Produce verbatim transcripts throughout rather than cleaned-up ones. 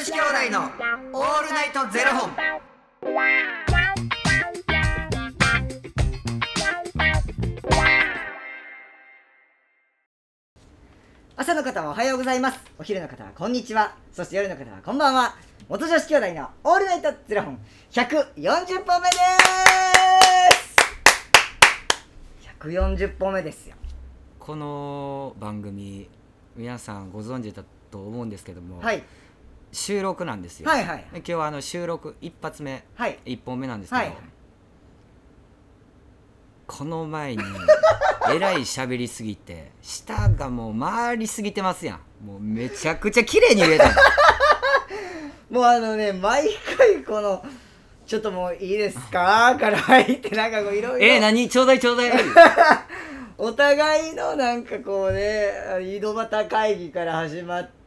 子兄弟のオールナイトゼロ本。朝の方はおはようございます。お昼の方はこんにちは。そして夜の方はこんばんは。元女子兄弟のオールナイトゼロ本ひゃくよんじゅっぽんめです。ひゃくよんじゅっぽんめですよ。 この番組皆さんご存知だと思うんですけども、 はい、 収録なんですよ。 はいはい、 今日はあの収録一発目、 はい、 いっぽんめなんですけど、 はい、 この前にえらい喋りすぎて舌がもう回りすぎてますやん。もうめちゃくちゃ綺麗に言えたもうあのね、毎回このちょっともういいですかから入ってなんかこういろいろえー、何ちょうだいちょうだいお互いのなんかこうね井戸端会議から始まって、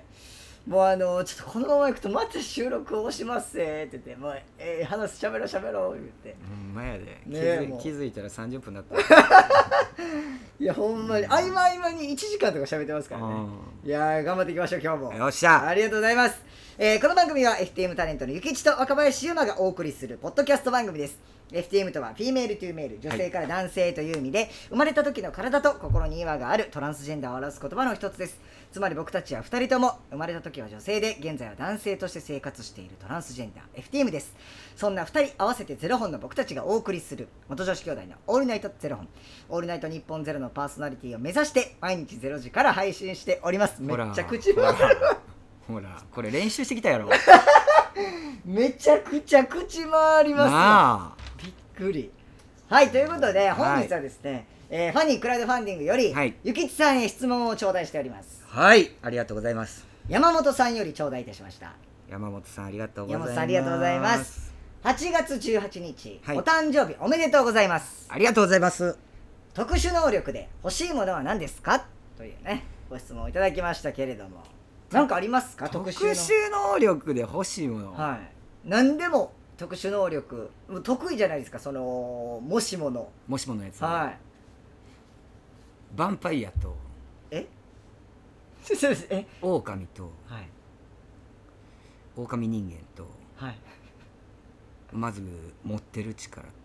もうあのちょっとこのままいくとまた収録をしますって言ってもう、えー、話しゃべろしゃべろ言ってほんまやで、気ねづい、気づいたらさんじゅっぷんだったいやほんまに合間合間にいちじかんとか喋ってますからね。いやー頑張っていきましょう今日も。 よっしゃ、 ありがとうございます。えー、この番組は エフティーエム タレントのゆきちと若林優馬がお送りするポッドキャスト番組です。 エフティーエム とはフィメールトゥーメール、女性から男性という意味で、はい、生まれた時の体と心に違和があるトランスジェンダーを表す言葉の一つです。つまり僕たちはふたりとも生まれた時は女性で現在は男性として生活しているトランスジェンダー エフティーエム です。そんなふたり合わせてゼロ本の僕たちがお送りする元女子兄弟のオールナイトゼロ本、オールナイト日本ゼロのパーソナリティを目指して毎日ゼロじから配信しております。めっちゃ口回るほらこれ練習してきたやろめちゃくちゃ口回りますなあ、 びっくり。はい、ということで本日はですね、はい、えー、ファニークラウドファンディングより、はい、ゆきちさんへ質問を頂戴しております。 はい、ありがとうございます。 山本さんより頂戴いたしました。 山本さんありがとうございます。 山本さんありがとうございます。はちがつじゅうはちにち、はい、お誕生日おめでとうございます。 ありがとうございます。 特殊能力で欲しいものは何ですかというねご質問をいただきましたけれども、何かありますか？ 特殊能力で欲しいもの。 はい、何でも特殊能力得意じゃないですか、そのもしものもしものやつ。 はい、 ヴァンパイアとええ狼と、 はい、 狼人間と、 はい、 まず持ってる力って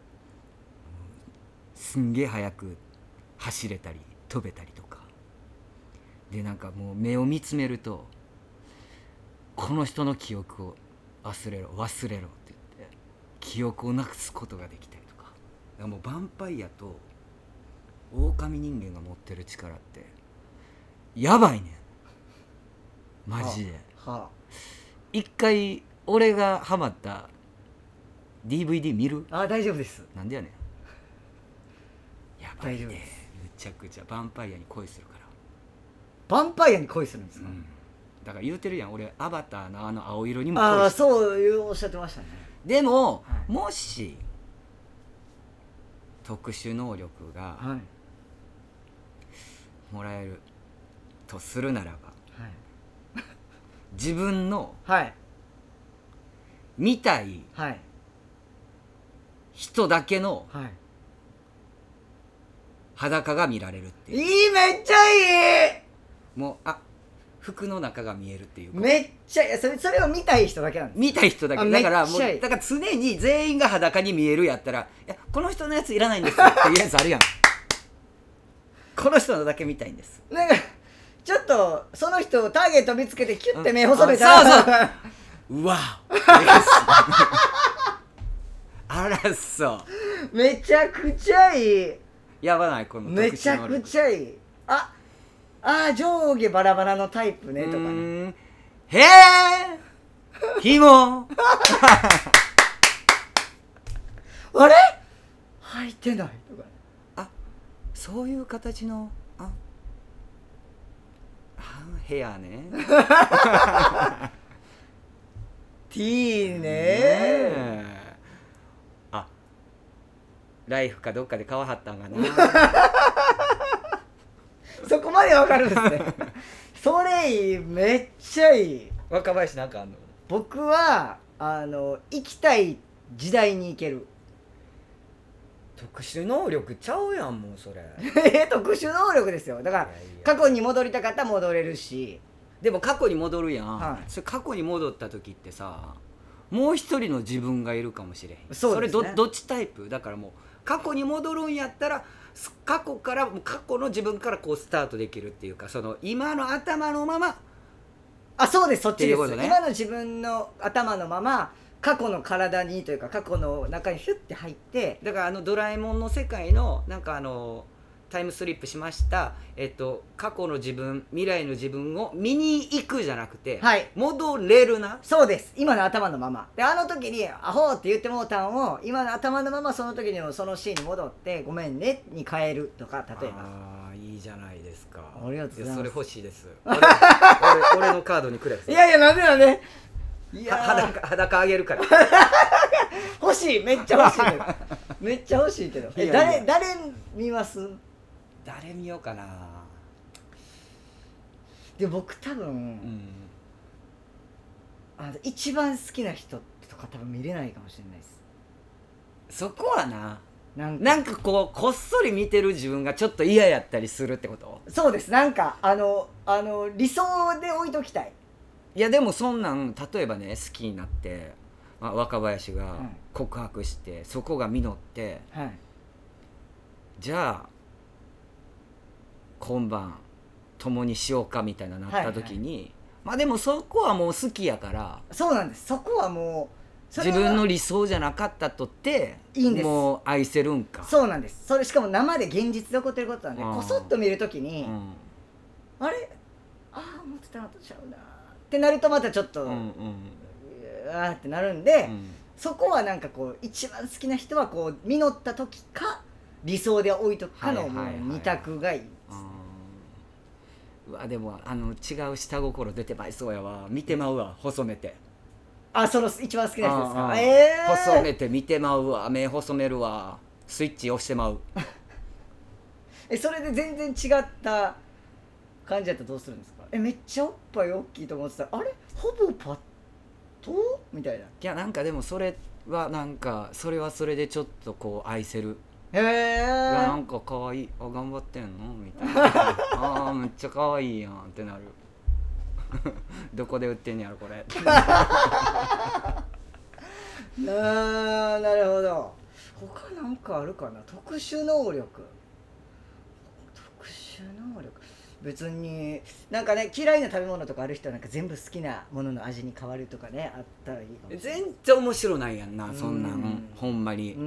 すんげえ速く走れたり飛べたりとかで、なんかもう目を見つめるとこの人の記憶を忘れろ忘れろって言って記憶をなくすことができたりとか、だからもうヴァンパイアと狼人間が持ってる力ってやばいねんマジで。はあはあ、一回俺がハマった ディーブイディー 見る？ あ、大丈夫です。 なんでやねん。やばいね、 大丈夫です。 むちゃくちゃヴァンパイアに恋するから。 ヴァンパイアに恋するんですか？うん、 だから言うてるやん、俺アバターのあの青色にも恋してる。 ああ、そういうおっしゃってましたね。 でも、はい、もし特殊能力がもらえるとするならば、はい、自分の見たい人だけの裸が見られるっていう。 いい、めっちゃいい。 もうあ服の中が見えるっていうか、 めっちゃいい。それ、それを見たい人だけなんです。 見たい人だけだからもうだから常に全員が裸に見えるやったら、いやこの人のやついらないんですよっていうやつあるやんこの人のだけ見たいんです。 なんかちょっとその人をターゲット見つけてキュッて目細めたら、 うん、そうそううわあらそうめちゃくちゃいい。 やばない？この特殊能力めちゃくちゃいい。ああ、上下バラバラのタイプねとかね。 へえひもあれ入ってないとか、 あそういう形のああヘアね T ねねあライフかどっかで買わはったんかなそこまでわかるんですねそれいい、めっちゃいい。 若林なんかあんの？ 僕はあの行きたい時代に行ける。 特殊能力ちゃうやんもうそれ特殊能力ですよ。だから過去に戻りたかったら戻れるし、 でも過去に戻るやん、 はい、 それ過去に戻った時ってさもう一人の自分がいるかもしれへん。 そうですね、 それ ど, どっちタイプだからもう過去に戻るんやったら過去からもう過去の自分からこうスタートできるっていうかその今の頭のままあそうですそっちです、 ね、 今の自分の頭のまま過去の体にというか過去の中にヒュッて入ってだからあのドラえもんの世界のなんかあのタイムスリップしました、えっと、過去の自分未来の自分を見に行くじゃなくて、 はい、 戻れるな。 そうです今の頭のままであの時にアホって言ってもうたんを今の頭のままその時にもそのシーンに戻ってごめんねに変えるとか例えばああいいじゃないですか。 ありがとうございます。 いやそれ欲しいです俺, 俺, 俺のカードにくれいやいやなんでなんでいや裸裸あげるから欲しいめっちゃ欲しいけどめっちゃ欲しいけどえいやいや誰誰見ます誰見ようかな。 で僕多分、うん、あの一番好きな人とか多分見れないかもしれないです。 そこはななんかなんかこうこっそり見てる自分がちょっと嫌やったりするってこと。 そうですなんかあのあの理想で置いときたい。 いやでもそんなん例えばね好きになって、まあ、若林が告白して、はい、そこが実って、はい、じゃあ今晩共にしようかみたいななった時に、はいはい、まあでもそこはもう好きやからそうなんですそこはもう自分の理想じゃなかったとっていいんですもう愛せるんか。 そうなんですそれしかも生で現実で起こってることなんでこそっと見るときに、うん、あれああ思ってたのとちゃうなってなるとまたちょっと、うんうん、うわーってなるんで、うん、そこはなんかこう一番好きな人はこう実った時か理想で置いとくかのもう二択がいいです。 うわでもあの違う下心出てまいそうやわ。見てまうわ細めて。 あその一番好きな人ですか。 えー、細めて見てまうわ目細めるわスイッチ押してまうえそれで全然違った感じだったらどうするんですか。えめっちゃおっぱい大きいと思ってたらあれほぼパッとみたいな。いやなんかでもそれはなんかそれはそれでちょっとこう愛せる。 へえなんか可愛いあ頑張ってんのみたいなあーめっちゃ可愛いやんってなるどこで売ってんやろこれあーなるほど。他なんかあるかな。特殊能力特殊能力別になんかね嫌いな食べ物とかある人はなんか全部好きなものの味に変わるとかねあったらいいかもしれない。 全然面白ないやんなそんなん、うん、ほんまに、うん、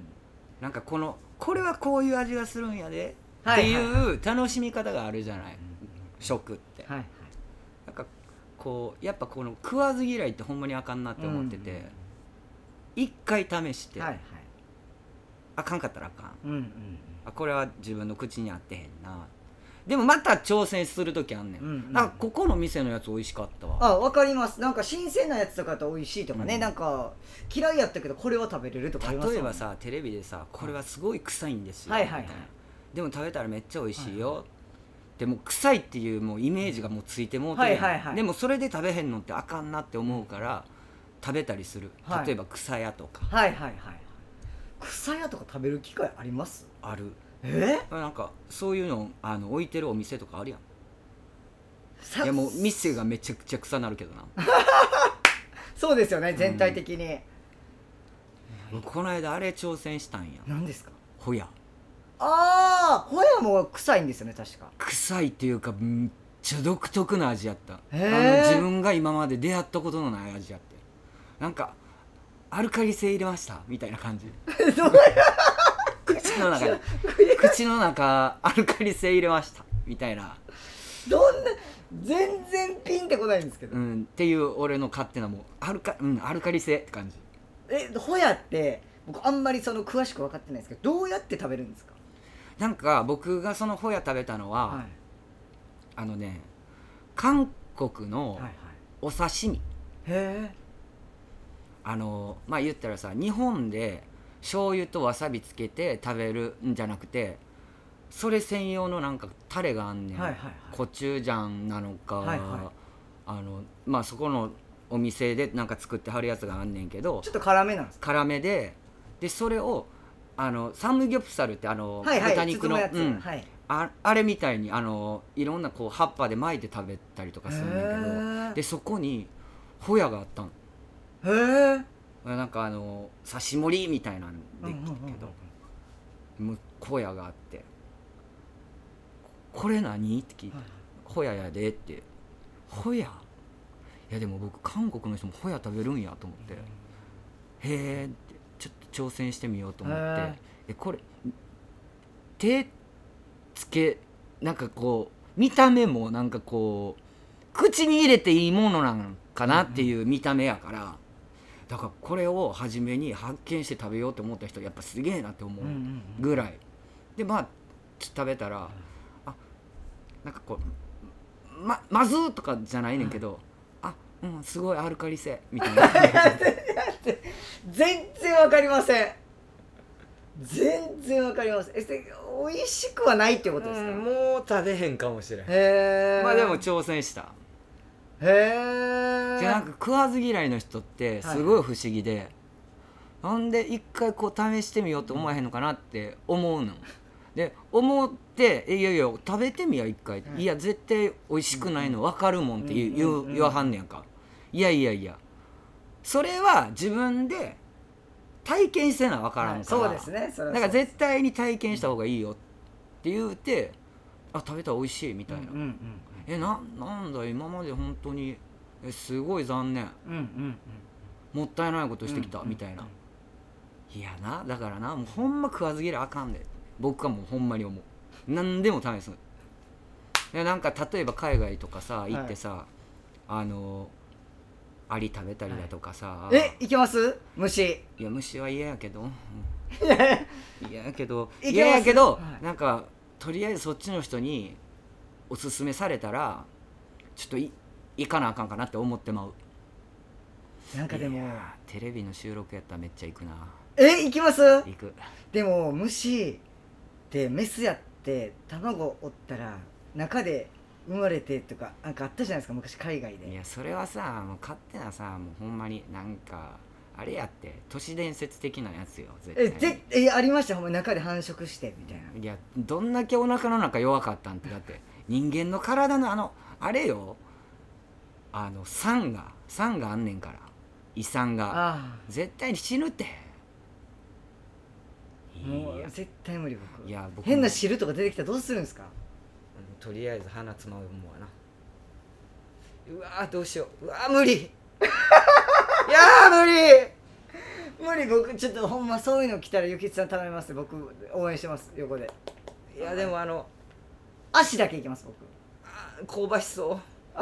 なんかこのこれはこういう味がするんやで、はいはい、っていう楽しみ方があるじゃない、うん、食って、はいはい、なんかこうやっぱこの食わず嫌いってほんまにあかんなって思ってて、うん、一回試して、はいはい、あかんかったらあかん、うんうんうん、あこれは自分の口に合ってへんな。でもまた挑戦するときあんねん、うんうん、なんかここの店のやつ美味しかったわ。 あ、わかります。なんか新鮮なやつとかと美味しいとかね、うん、なんか嫌いやったけどこれは食べれるとかありますもんね。 例えばさテレビでさこれはすごい臭いんですよ、はいはいはい、みたいなでも食べたらめっちゃ美味しいよ、はいはい、でも臭いっていうもうイメージがもうついてもうて、はいはいはい、でもそれで食べへんのってあかんなって思うから食べたりする、はい、例えば草屋とか、はいはいはい、 草屋とか食べる機会あります？ ある。 えなんかそういうのあの置いてるお店とかあるやん。いやもう店がめちゃくちゃ臭なるけどなそうですよね全体的に、 うん、この間あれ挑戦したんや。 何ですか？ ホヤ。 ああホヤも臭いんですよね確か。 臭いっていうかめっちゃ独特な味やった。あの自分が今まで出会ったことのない味やって、なんかアルカリ性入れましたみたいな感じどう口の中に口の中アルカリ性入れましたみたいな。 どんな全然ピンってこないんですけど、 うん、っていう俺の勝手なもうアルカ、うん、アルカリ性って感じ。 えホヤって僕あんまりその詳しく分かってないですけどどうやって食べるんですか？ なんか僕がそのホヤ食べたのは、はい、あのね韓国のお刺身、はいはい、へえ。あのまあ言ったらさ日本で醤油とわさびつけて食べるんじゃなくてそれ専用のなんかタレがあんねん、はいはいはい、コチュジャンなのか、はいはい、あのまあそこのお店でなんか作ってはるやつがあんねんけどちょっと辛めなんですか？ 辛めででそれをあのサムギョプサルってあの、はいはい、豚肉の、うんはい、 あ, あれみたいにあのいろんなこう葉っぱで巻いて食べたりとかするんだけど、でそこにホヤがあったん。 へえ。 なんかあの刺し盛りみたいなんできたけど、もうホヤがあって、これ何って聞いて、ホヤやでって。ホヤ、いやでも僕韓国の人もホヤ食べるんやと思って、へえってちょっと挑戦してみようと思って、えこれ手つけなんかこう見た目もなんかこう口に入れていいものなんかなっていう見た目やから、だからこれを初めに発見して食べようと思った人やっぱすげえなって思うぐらいで、まあ食べたら、あなんかこうままずとかじゃないねんけど、あうんすごいアルカリ性みたいな全然わかりません。全然わかります。え美味しくはないってことですか？ うん、もう食べへんかもしれん。へえ。 まあでも挑戦した。 へえ。 じゃなんか食わず嫌いの人ってすごい不思議で、はい、なんで一回こう試してみようと思わへんのかなって思うの。で思っていやいや食べてみや一回、はい、いや絶対美味しくないの分かるもんって言う、言う、言わはんねやんか。いやいやいやそれは自分で体験してな分からんから、 はい、そうですね。それはそうです。 だから絶対に体験した方がいいよって言うて、あ食べたら美味しいみたいな、うんうんうん、え な, なんだ今まで本当にえすごい残念、うんうんうん、もったいないことしてきた、うんうんうん、みたいな。いやなだからなもうほんま食わず嫌いあかんで、僕はもうほんまに思う。何でも試す。なんか例えば海外とかさ行ってさ、はい、あのアリ食べたりだとかさ、 はい、え行けます？虫。 いや虫は嫌やけど嫌やけど嫌やけど、はい、なんかとりあえずそっちの人におすすめされたらちょっとい行かなあかんかなって思ってまう。 なんかでもテレビの収録やったらめっちゃ行くな。 え行きます？ 行く。 でも虫ってメスやって卵おったら中で生まれてとかなんかあったじゃないですか昔海外で。 いやそれはさもう勝手なさもうほんまになんかあれやって都市伝説的なやつよ絶対に。 えぜえありました。ほんま中で繁殖してみたいな。 いやどんだけお腹の中弱かったんって。だって人間の体のあのあれよ、あの酸が酸があんねんから、胃酸があ絶対に死ぬって。 もう絶対無理僕。 いや僕変な汁とか出てきたらどうするんですか？ とりあえず鼻つまむもんわな。うわーどうしよう。うわー無理いやー無理無理。僕ちょっとほんまそういうの来たらゆきつさん頼みます。僕応援してます横で。 いやでもあの足だけいきます僕。 あ香ばしそう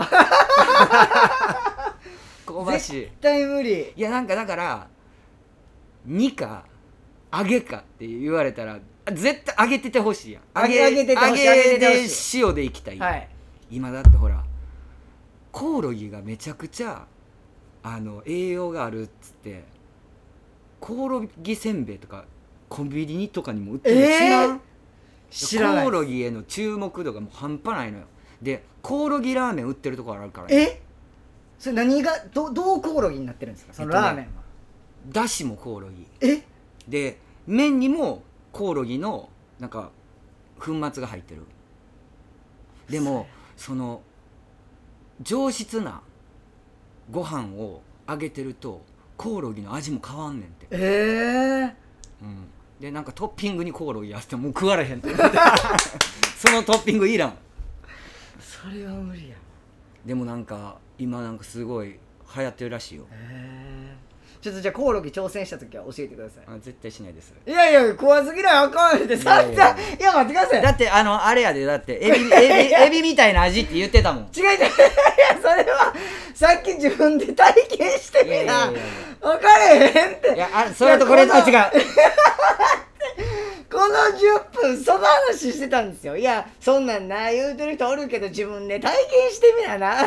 香ばしい。 絶対無理。 いやなんかだからにか揚げかって言われたら絶対揚げててほしいやん。 揚げ揚げててほしい。 揚げで塩でいきたい、 はい、 今だってほらコオロギがめちゃくちゃあの栄養があるっつってコオロギせんべいとかコンビニとかにも売ってる、 えー、 知らん？ 知らない。 コオロギへの注目度がもう半端ないのよ。でコオロギラーメン売ってるところあるから、ね、 えそれ何が ど, どうコオロギになってるんですかそのラーメンは、 えっとね、だしもコオロギえで麺にもコオロギのなんか粉末が入ってる。でもその上質なご飯をあげてるとコオロギの味も変わんねんて。 えー、 うん、でなんかトッピングにコオロギやってもう食われへんってそのトッピングいらん。 それは無理や。 でもなんか今なんかすごい流行ってるらしいよ。 へー。ちょっとじゃあコオロギ挑戦した時は教えてください。 あ絶対しないです。 いやいや食わず嫌いあかんってさっさいや待ってください。 だってあのあれやでだってエビエビエビみたいな味って言ってたもん。 違う違ういやそれはさっき自分で体験してみな分かれへんって。 いやあそれとこれとは違うこのじゅっぷんその話してたんですよ。いやそんなんな言うてる人おるけど自分で体験してみななって。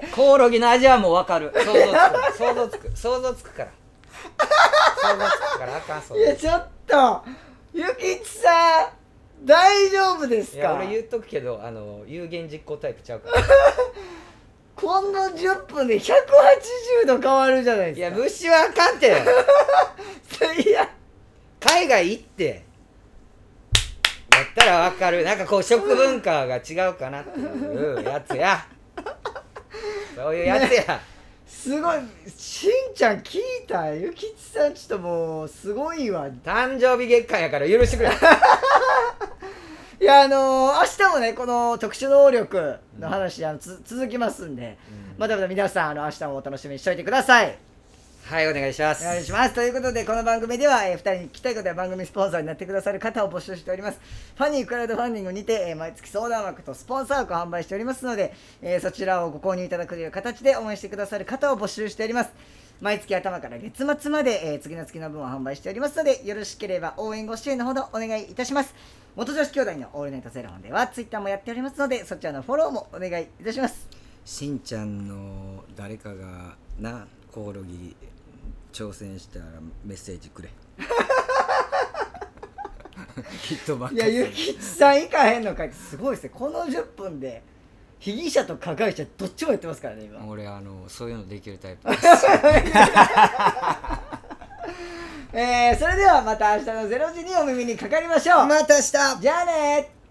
コオロギの味はもう分かる。想像つく想像つく想像つくから想像つくからあかん。そういやちょっとゆきちさん大丈夫ですか？ いや俺言っとくけどあの有言実行タイプちゃうからこのじゅっぷんでひゃくはちじゅうど変わるじゃないですか。 いや虫はあかんていや海外行ってやったら分かる。なんかこう食文化が違うかなっていうやつやそういうやつや、ね、 すごい。しんちゃん聞いた。ゆきちさんちょっともうすごいわ。 誕生日月間やから許してくれいやあのー、明日もねこの特殊能力の話、うん、あのつ続きますんで、うん、まだまだ皆さんあの明日もお楽しみにしておいてください。 はい、お願いします。 お願いします。ということでこの番組では、えー、ふたりに聞きたいことや番組スポンサーになってくださる方を募集しております。ファニークラウドファンディングにて、えー、毎月相談枠とスポンサー枠を販売しておりますので、えー、そちらをご購入いただくという形で応援してくださる方を募集しております。毎月頭から月末まで、えー、次の月の分を販売しておりますので、よろしければ応援ご支援のほどお願いいたします。元女子兄弟のオールナイトゼロ本ではツイッターもやっておりますので、そちらのフォローもお願いいたします。 しんちゃんの誰かがなコオロギ挑戦したらメッセージくれきっとばっかり。 いやゆきちさんいかへんのかいってすごいですね。このじゅっぷんで被疑者と加害者どっちもやってますからね今。 俺あのそういうのできるタイプですえー、それではまた明日のゼロじにお耳にかかりましょう。 また明日。 じゃあね。